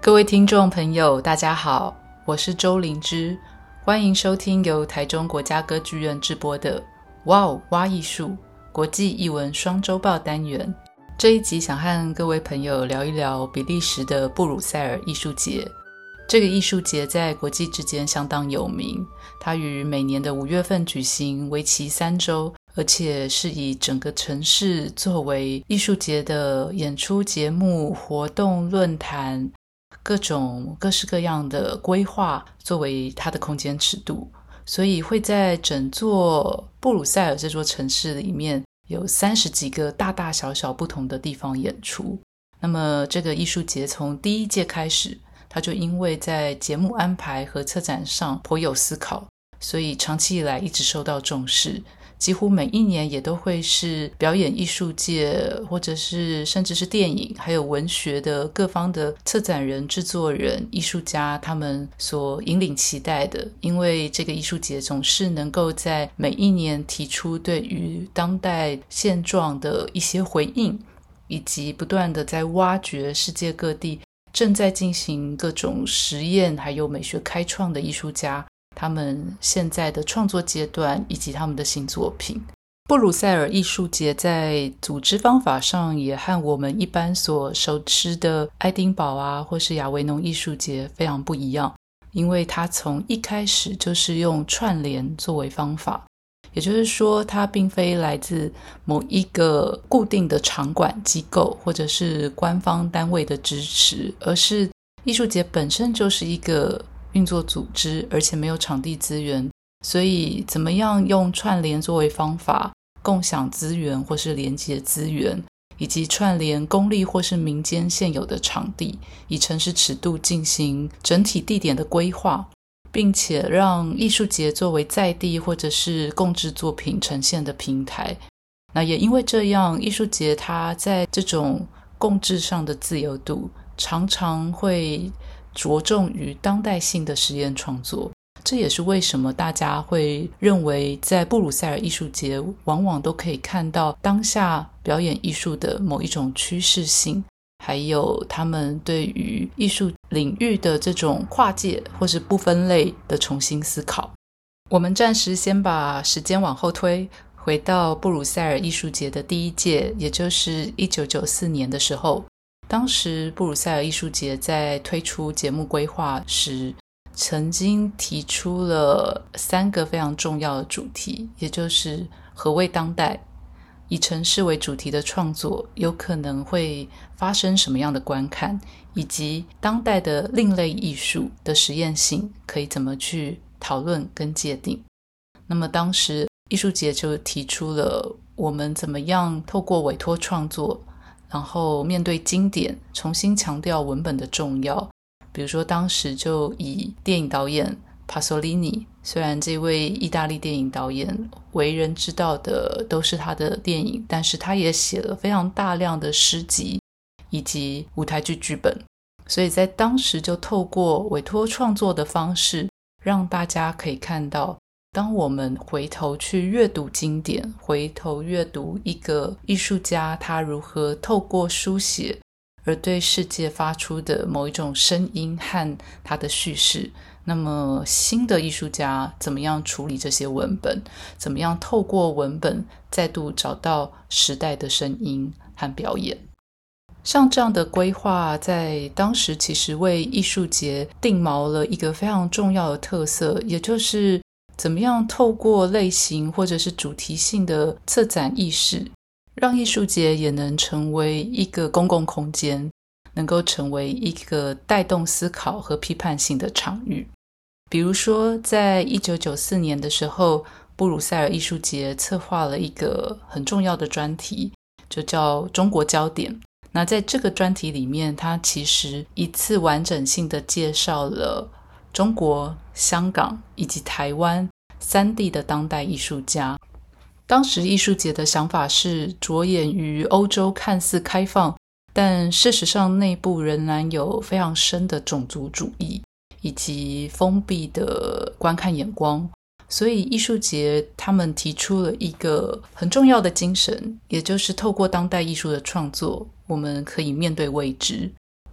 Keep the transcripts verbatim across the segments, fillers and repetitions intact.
各位听众朋友大家好，我是周灵芝，欢迎收听由台中国家歌剧院制播的哇哦哇艺术国际艺文双周报单元。这一集想和各位朋友聊一聊比利时的布鲁塞尔艺术节。这个艺术节在国际之间相当有名，它于每年的五月份举行，为期三周，而且是以整个城市作为艺术节的演出节目、活动、论坛，各种各式各样的规划作为它的空间尺度，所以会在整座布鲁塞尔这座城市里面有三十几个大大小小不同的地方演出。那么这个艺术节从第一届开始，它就因为在节目安排和策展上颇有思考，所以长期以来一直受到重视，几乎每一年也都会是表演艺术界或者是甚至是电影还有文学的各方的策展人、制作人、艺术家他们所引领期待的。因为这个艺术节总是能够在每一年提出对于当代现状的一些回应，以及不断的在挖掘世界各地正在进行各种实验还有美学开创的艺术家他们现在的创作阶段以及他们的新作品。布鲁塞尔艺术节在组织方法上也和我们一般所熟知的爱丁堡啊或是亚维农艺术节非常不一样，因为它从一开始就是用串联作为方法，也就是说它并非来自某一个固定的场馆机构或者是官方单位的支持，而是艺术节本身就是一个运作组织，而且没有场地资源，所以怎么样用串联作为方法，共享资源或是连接资源，以及串联公立或是民间现有的场地，以城市尺度进行整体地点的规划，并且让艺术节作为在地或者是共制作品呈现的平台。那也因为这样，艺术节它在这种共制上的自由度常常会着重于当代性的实验创作，这也是为什么大家会认为在布鲁塞尔艺术节往往都可以看到当下表演艺术的某一种趋势性，还有他们对于艺术领域的这种跨界或是不分类的重新思考。我们暂时先把时间往后推，回到布鲁塞尔艺术节的第一届，也就是一九九四年的时候。当时布鲁塞尔艺术节在推出节目规划时，曾经提出了三个非常重要的主题，也就是何谓当代，以城市为主题的创作有可能会发生什么样的观看，以及当代的另类艺术的实验性可以怎么去讨论跟界定。那么当时艺术节就提出了我们怎么样透过委托创作，然后面对经典重新强调文本的重要。比如说当时就以电影导演帕索里尼，虽然这位意大利电影导演为人知道的都是他的电影，但是他也写了非常大量的诗集以及舞台剧剧本，所以在当时就透过委托创作的方式，让大家可以看到当我们回头去阅读经典，回头阅读一个艺术家他如何透过书写而对世界发出的某一种声音和他的叙事，那么新的艺术家怎么样处理这些文本，怎么样透过文本再度找到时代的声音和表演。像这样的规划在当时其实为艺术节定锚了一个非常重要的特色，也就是怎么样透过类型或者是主题性的策展意识，让艺术节也能成为一个公共空间，能够成为一个带动思考和批判性的场域。比如说在一九九四年的时候，布鲁塞尔艺术节策划了一个很重要的专题，就叫中国焦点。那在这个专题里面，它其实一次完整性的介绍了中国、香港以及台湾三地的当代艺术家。当时艺术节的想法是着眼于欧洲看似开放，但事实上内部仍然有非常深的种族主义以及封闭的观看眼光，所以艺术节他们提出了一个很重要的精神，也就是透过当代艺术的创作，我们可以面对未知。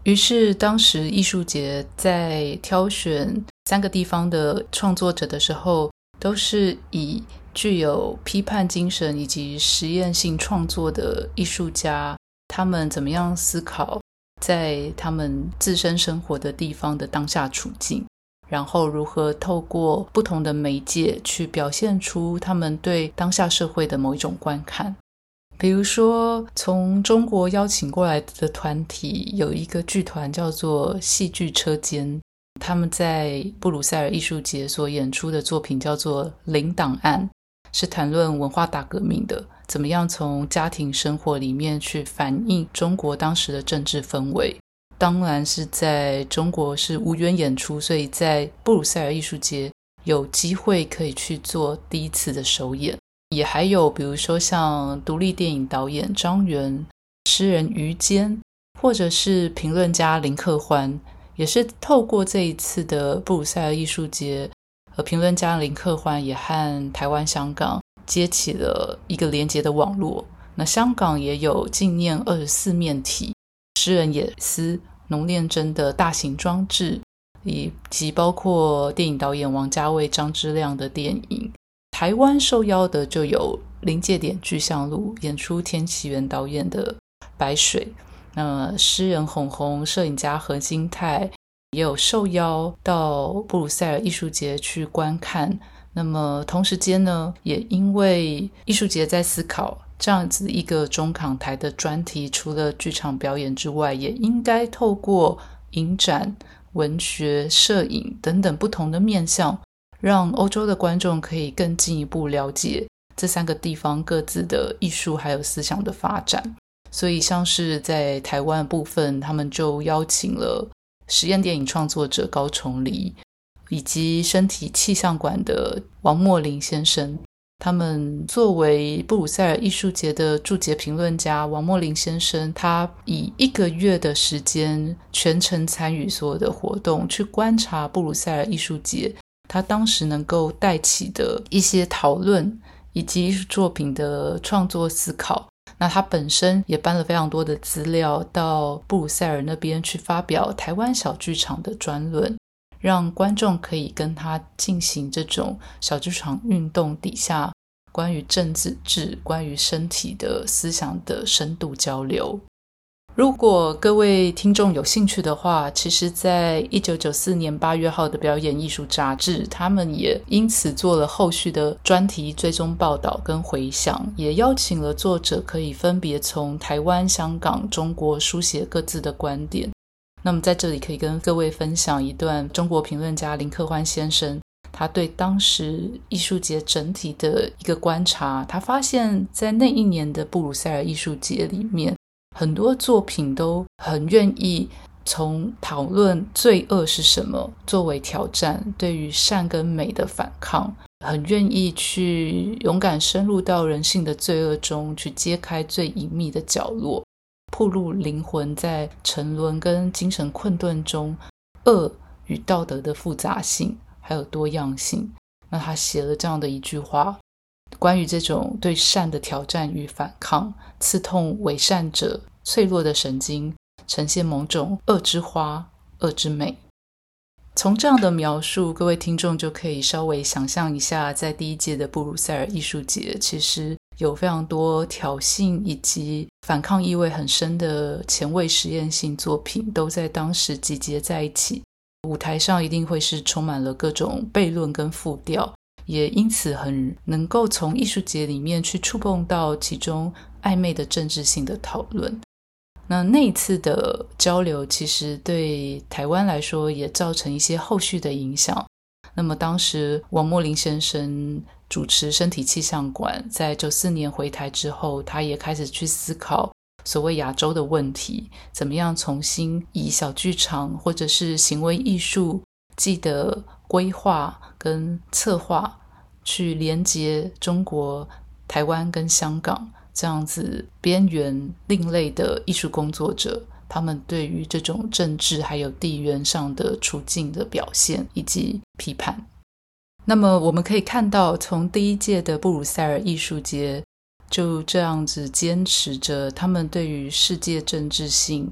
于是当时艺术节在挑选三个地方的创作者的时候，都是以具有批判精神以及实验性创作的艺术家，他们怎么样思考在他们自身生活的地方的当下处境，然后如何透过不同的媒介去表现出他们对当下社会的某一种观看。比如说从中国邀请过来的团体有一个剧团叫做戏剧车间，他们在布鲁塞尔艺术节所演出的作品叫做《零档案》，是谈论文化大革命的，怎么样从家庭生活里面去反映中国当时的政治氛围。当然是在中国是无缘演出，所以在布鲁塞尔艺术节有机会可以去做第一次的首演。也还有比如说像独立电影导演张元、诗人于坚，或者是评论家林克欢，也是透过这一次的布鲁塞尔艺术节，和评论家林克欢也和台湾、香港接起了一个连结的网络。那香港也有纪念二十四面体、诗人野思、农炼真的大型装置，以及包括电影导演王家卫、张之亮的电影。台湾受邀的就有临界点巨像录演出天启源导演的白水，那诗人红红、摄影家何金泰也有受邀到布鲁塞尔艺术节去观看。那么同时间呢，也因为艺术节在思考这样子一个中港台的专题，除了剧场表演之外，也应该透过影展、文学、摄影等等不同的面向，让欧洲的观众可以更进一步了解这三个地方各自的艺术还有思想的发展。所以像是在台湾部分，他们就邀请了实验电影创作者高崇黎，以及身体气象馆的王墨林先生。他们作为布鲁塞尔艺术节的驻节评论家，王墨林先生他以一个月的时间全程参与所有的活动，去观察布鲁塞尔艺术节他当时能够带起的一些讨论以及艺术作品的创作思考。那他本身也搬了非常多的资料到布鲁塞尔那边去发表台湾小剧场的专论，让观众可以跟他进行这种小剧场运动底下关于政治制、关于身体的思想的深度交流。如果各位听众有兴趣的话，其实在一九九四年八月号的表演艺术杂志，他们也因此做了后续的专题追踪报道跟回想，也邀请了作者可以分别从台湾、香港、中国书写各自的观点。那么在这里可以跟各位分享一段中国评论家林克欢先生他对当时艺术节整体的一个观察。他发现在那一年的布鲁塞尔艺术节里面，很多作品都很愿意从讨论罪恶是什么作为挑战，对于善跟美的反抗，很愿意去勇敢深入到人性的罪恶中，去揭开最隐秘的角落，暴露灵魂在沉沦跟精神困顿中恶与道德的复杂性还有多样性。那他写了这样的一句话，关于这种对善的挑战与反抗，刺痛伪善者脆弱的神经，呈现某种恶之花、恶之美。从这样的描述，各位听众就可以稍微想象一下，在第一届的布鲁塞尔艺术节，其实有非常多挑衅以及反抗意味很深的前卫实验性作品都在当时集结在一起。舞台上一定会是充满了各种悖论跟复调，也因此很能够从艺术节里面去触碰到其中暧昧的政治性的讨论。那那一次的交流其实对台湾来说也造成一些后续的影响。那么当时王墨林先生主持身体气象馆，在九四年回台之后，他也开始去思考所谓亚洲的问题，怎么样重新以小剧场或者是行为艺术记得规划跟策划去连接中国、台湾跟香港这样子边缘另类的艺术工作者，他们对于这种政治还有地缘上的处境的表现以及批判。那么我们可以看到，从第一届的布鲁塞尔艺术节就这样子坚持着他们对于世界政治性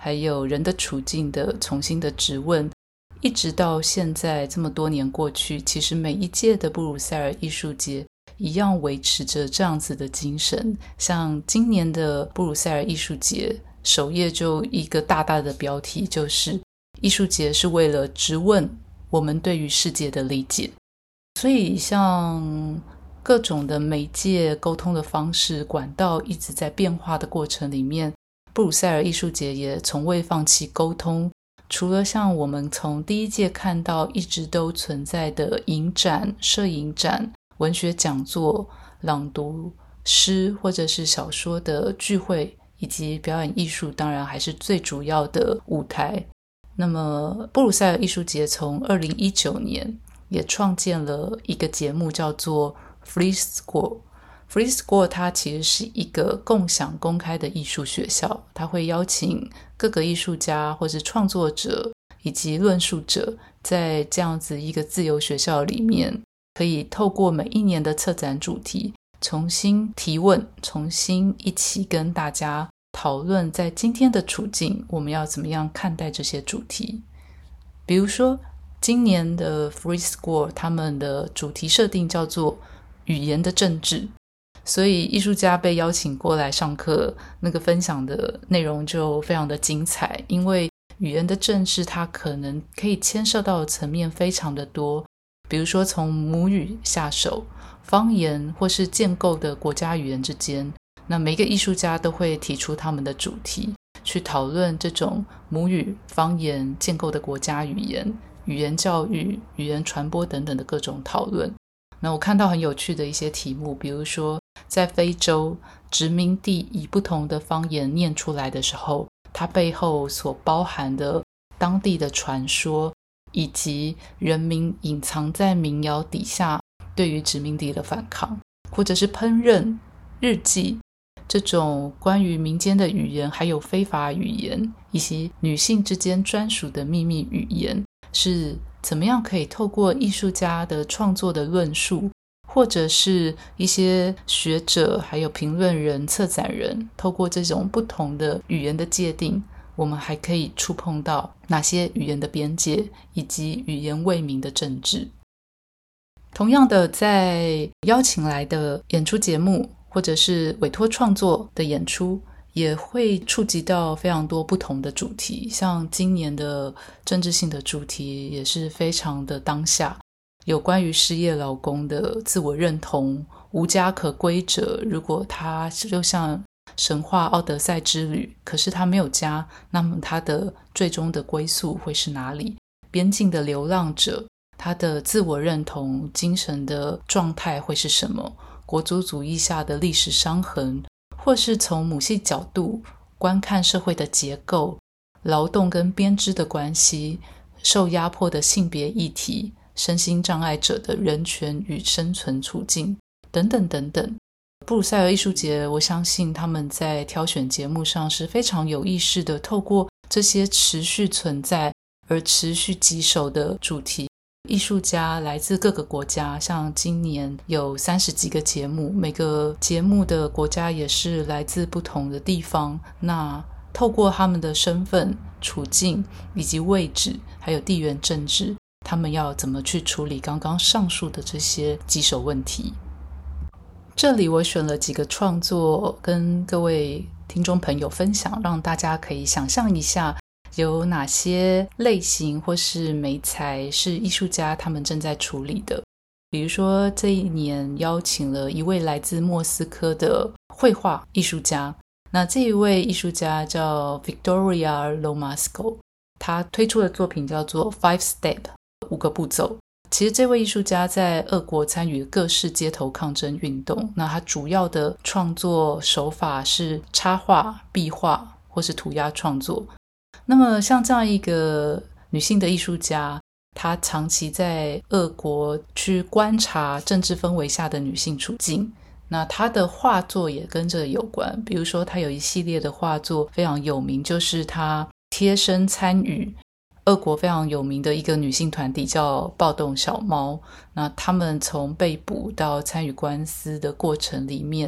还有人的处境的重新的质问，一直到现在这么多年过去，其实每一届的布鲁塞尔艺术节一样维持着这样子的精神。像今年的布鲁塞尔艺术节首页就一个大大的标题，就是艺术节是为了质问我们对于世界的理解。所以像各种的媒介沟通的方式管道一直在变化的过程里面，布鲁塞尔艺术节也从未放弃沟通。除了像我们从第一届看到一直都存在的影展、摄影展、文学讲座、朗读诗或者是小说的聚会，以及表演艺术，当然还是最主要的舞台。那么布鲁塞尔艺术节从二零一九年也创建了一个节目，叫做 Free School。Free School 它其实是一个共享公开的艺术学校，它会邀请各个艺术家或是创作者以及论述者，在这样子一个自由学校里面，可以透过每一年的策展主题重新提问，重新一起跟大家讨论在今天的处境我们要怎么样看待这些主题。比如说今年的 Free School 他们的主题设定叫做语言的政治，所以艺术家被邀请过来上课，那个分享的内容就非常的精彩。因为语言的政治它可能可以牵涉到的层面非常的多，比如说从母语下手，方言或是建构的国家语言之间，那每个艺术家都会提出他们的主题，去讨论这种母语、方言建构的国家语言、语言教育、语言传播等等的各种讨论。那我看到很有趣的一些题目，比如说在非洲殖民地以不同的方言念出来的时候，它背后所包含的当地的传说，以及人民隐藏在民谣底下对于殖民地的反抗，或者是烹饪、日记，这种关于民间的语言，还有非法语言，以及女性之间专属的秘密语言，是怎么样可以透过艺术家的创作的论述，或者是一些学者还有评论人、策展人，透过这种不同的语言的界定，我们还可以触碰到哪些语言的边界，以及语言为民的政治。同样的，在邀请来的演出节目或者是委托创作的演出，也会触及到非常多不同的主题。像今年的政治性的主题也是非常的当下，有关于失业劳工的自我认同，无家可归者，如果他就像神话奥德赛之旅，可是他没有家，那么他的最终的归宿会是哪里？边境的流浪者，他的自我认同精神的状态会是什么？国族主义下的历史伤痕，或是从母系角度观看社会的结构，劳动跟编织的关系，受压迫的性别议题，身心障碍者的人权与生存处境等等等等。布鲁塞尔艺术节，我相信他们在挑选节目上是非常有意识的，透过这些持续存在而持续棘手的主题，艺术家来自各个国家，像今年有三十几个节目，每个节目的国家也是来自不同的地方，那透过他们的身份、处境以及位置，还有地缘政治，他们要怎么去处理刚刚上述的这些棘手问题。这里我选了几个创作跟各位听众朋友分享，让大家可以想象一下有哪些类型或是媒材是艺术家他们正在处理的。比如说这一年邀请了一位来自莫斯科的绘画艺术家，那这一位艺术家叫 Victoria Lomasco， 他推出的作品叫做 Five Step 五个步骤。其实这位艺术家在俄国参与各式街头抗争运动，那他主要的创作手法是插画、壁画或是涂鸦创作。那么像这样一个女性的艺术家，她长期在俄国去观察政治氛围下的女性处境，那她的画作也跟着有关。比如说她有一系列的画作非常有名，就是她贴身参与俄国非常有名的一个女性团体叫暴动小猫，那他们从被捕到参与官司的过程里面，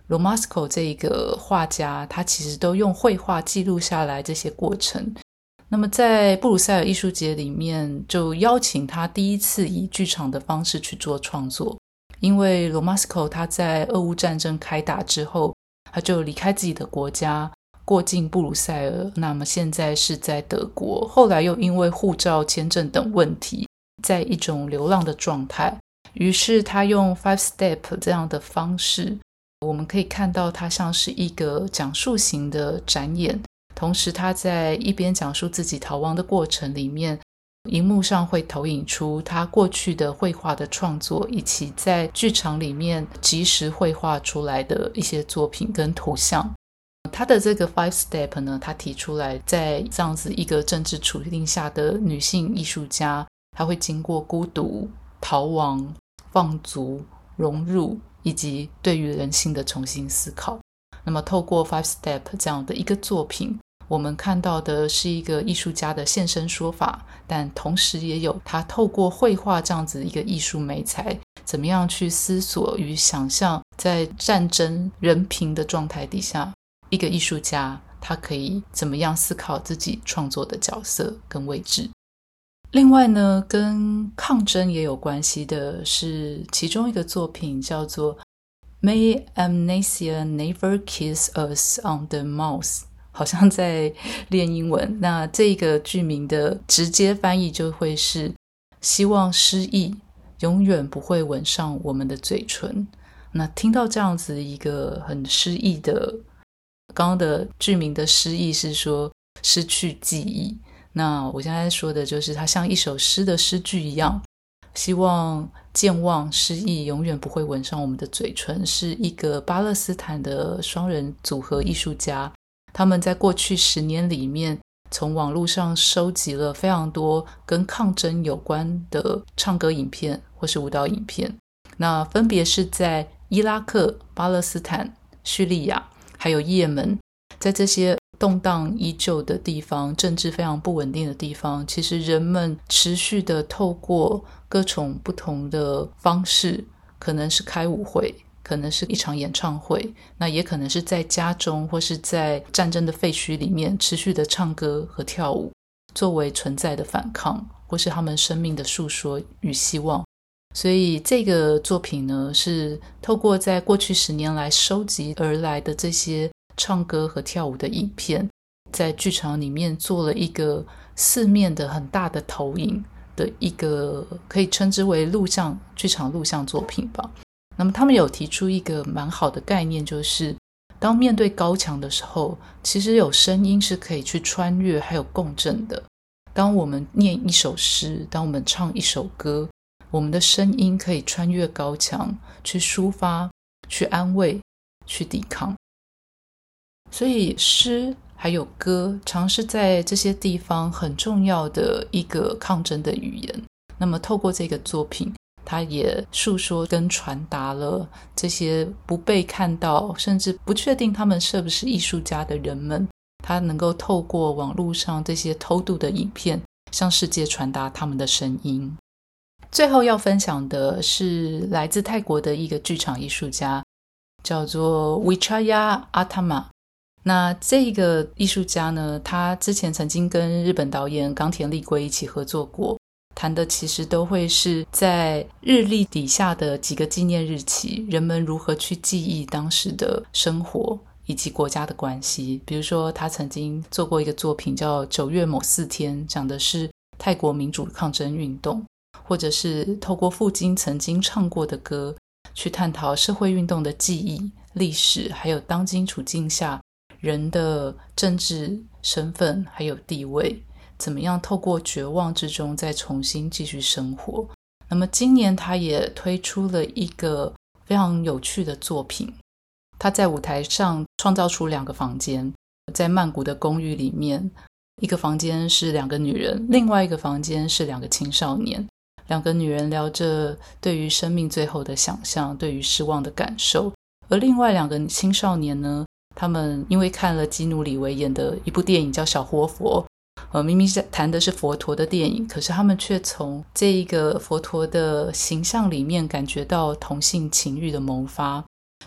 Romasco 这个画家，他其实都用绘画记录下来这些过程。那么在布鲁塞尔艺术节里面，就邀请他第一次以剧场的方式去做创作。因为 Romasco 他在俄乌战争开打之后，他就离开自己的国家，过境布鲁塞尔，那么现在是在德国，后来又因为护照、签证等问题，在一种流浪的状态。于是他用 Five Step 这样的方式，我们可以看到它像是一个讲述型的展演，同时他在一边讲述自己逃亡的过程里面，荧幕上会投影出他过去的绘画的创作，以及在剧场里面即时绘画出来的一些作品跟图像。他的这个 Five Step 呢，他提出来在这样子一个政治处境下的女性艺术家，她会经过孤独、逃亡、放逐、融入，以及对于人性的重新思考。那么透过 Five Step 这样的一个作品，我们看到的是一个艺术家的现身说法，但同时也有他透过绘画这样子一个艺术媒材，怎么样去思索与想象在战争人贫的状态底下，一个艺术家他可以怎么样思考自己创作的角色跟位置。另外呢，跟抗争也有关系的是其中一个作品叫做 May Amnesia Never Kiss Us on the Mouth， 好像在练英文。那这个剧名的直接翻译就会是希望失忆永远不会吻上我们的嘴唇。那听到这样子一个很失忆的，刚刚的剧名的失忆是说失去记忆，那我现在说的就是它像一首诗的诗句一样，希望健忘失忆永远不会吻上我们的嘴唇，是一个巴勒斯坦的双人组合艺术家，他们在过去十年里面从网络上收集了非常多跟抗争有关的唱歌影片或是舞蹈影片，那分别是在伊拉克、巴勒斯坦、叙利亚还有也门，在这些动荡依旧的地方，政治非常不稳定的地方，其实人们持续的透过各种不同的方式，可能是开舞会，可能是一场演唱会，那也可能是在家中或是在战争的废墟里面持续的唱歌和跳舞，作为存在的反抗，或是他们生命的诉说与希望。所以这个作品呢，是透过在过去十年来收集而来的这些唱歌和跳舞的影片，在剧场里面做了一个四面的很大的投影的一个可以称之为录像剧场录像作品吧。那么他们有提出一个蛮好的概念，就是当面对高墙的时候，其实有声音是可以去穿越还有共振的。当我们念一首诗，当我们唱一首歌，我们的声音可以穿越高墙，去抒发，去安慰，去抵抗。所以诗还有歌常是在这些地方很重要的一个抗争的语言。那么透过这个作品，它也述说跟传达了这些不被看到，甚至不确定他们是不是艺术家的人们，他能够透过网络上这些偷渡的影片，向世界传达他们的声音。最后要分享的是来自泰国的一个剧场艺术家，叫做 Vichaya Atama。 那这个艺术家呢，他之前曾经跟日本导演冈田利圭一起合作过，谈的其实都会是在日历底下的几个纪念日期，人们如何去记忆当时的生活以及国家的关系。比如说他曾经做过一个作品叫九月某四天，讲的是泰国民主抗争运动，或者是透过父亲曾经唱过的歌，去探讨社会运动的记忆、历史，还有当今处境下人的政治身份还有地位，怎么样透过绝望之中再重新继续生活。那么今年他也推出了一个非常有趣的作品，他在舞台上创造出两个房间，在曼谷的公寓里面，一个房间是两个女人，另外一个房间是两个青少年。两个女人聊着对于生命最后的想象，对于失望的感受，而另外两个青少年呢，他们因为看了基努里维演的一部电影叫小活佛，呃，明明谈的是佛陀的电影，可是他们却从这一个佛陀的形象里面感觉到同性情欲的萌发，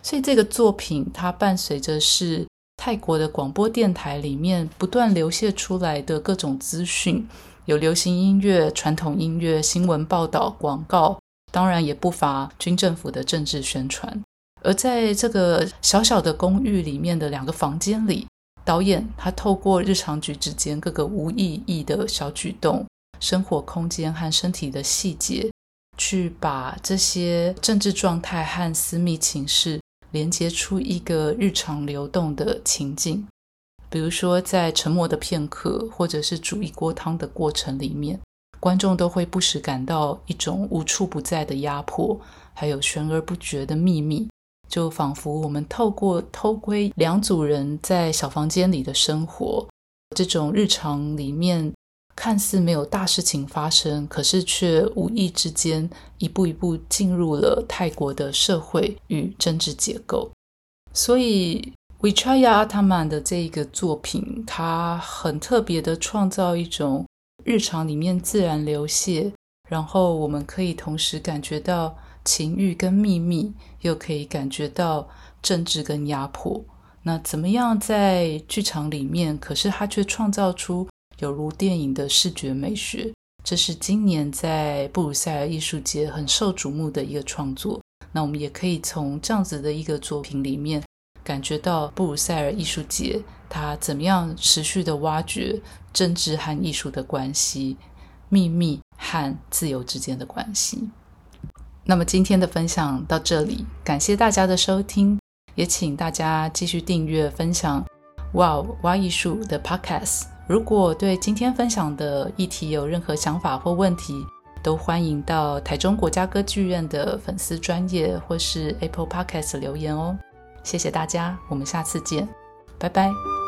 所以这个作品它伴随着是泰国的广播电台里面不断流泻出来的各种资讯，有流行音乐、传统音乐、新闻报道、广告，当然也不乏军政府的政治宣传。而在这个小小的公寓里面的两个房间里，导演他透过日常举止间各个无意义的小举动、生活空间和身体的细节，去把这些政治状态和私密情事连接出一个日常流动的情境。比如说在沉默的片刻，或者是煮一锅汤的过程里面，观众都会不时感到一种无处不在的压迫，还有悬而不决的秘密，就仿佛我们透过偷窥两组人在小房间里的生活，这种日常里面看似没有大事情发生，可是却无意之间一步一步进入了泰国的社会与政治结构。所以 Wichaya Ataman 的这个作品，它很特别的创造一种日常里面自然流泻，然后我们可以同时感觉到情欲跟秘密，又可以感觉到政治跟压迫。那怎么样在剧场里面，可是它却创造出有如电影的视觉美学，这是今年在布鲁塞尔艺术节很受瞩目的一个创作。那我们也可以从这样子的一个作品里面感觉到布鲁塞尔艺术节它怎么样持续的挖掘政治和艺术的关系，秘密和自由之间的关系。那么今天的分享到这里，感谢大家的收听，也请大家继续订阅分享哇哇艺术的 podcast。 如果对今天分享的议题有任何想法或问题，都欢迎到台中国家歌剧院的粉丝专页或是 Apple Podcast 留言哦。谢谢大家，我们下次见，拜拜。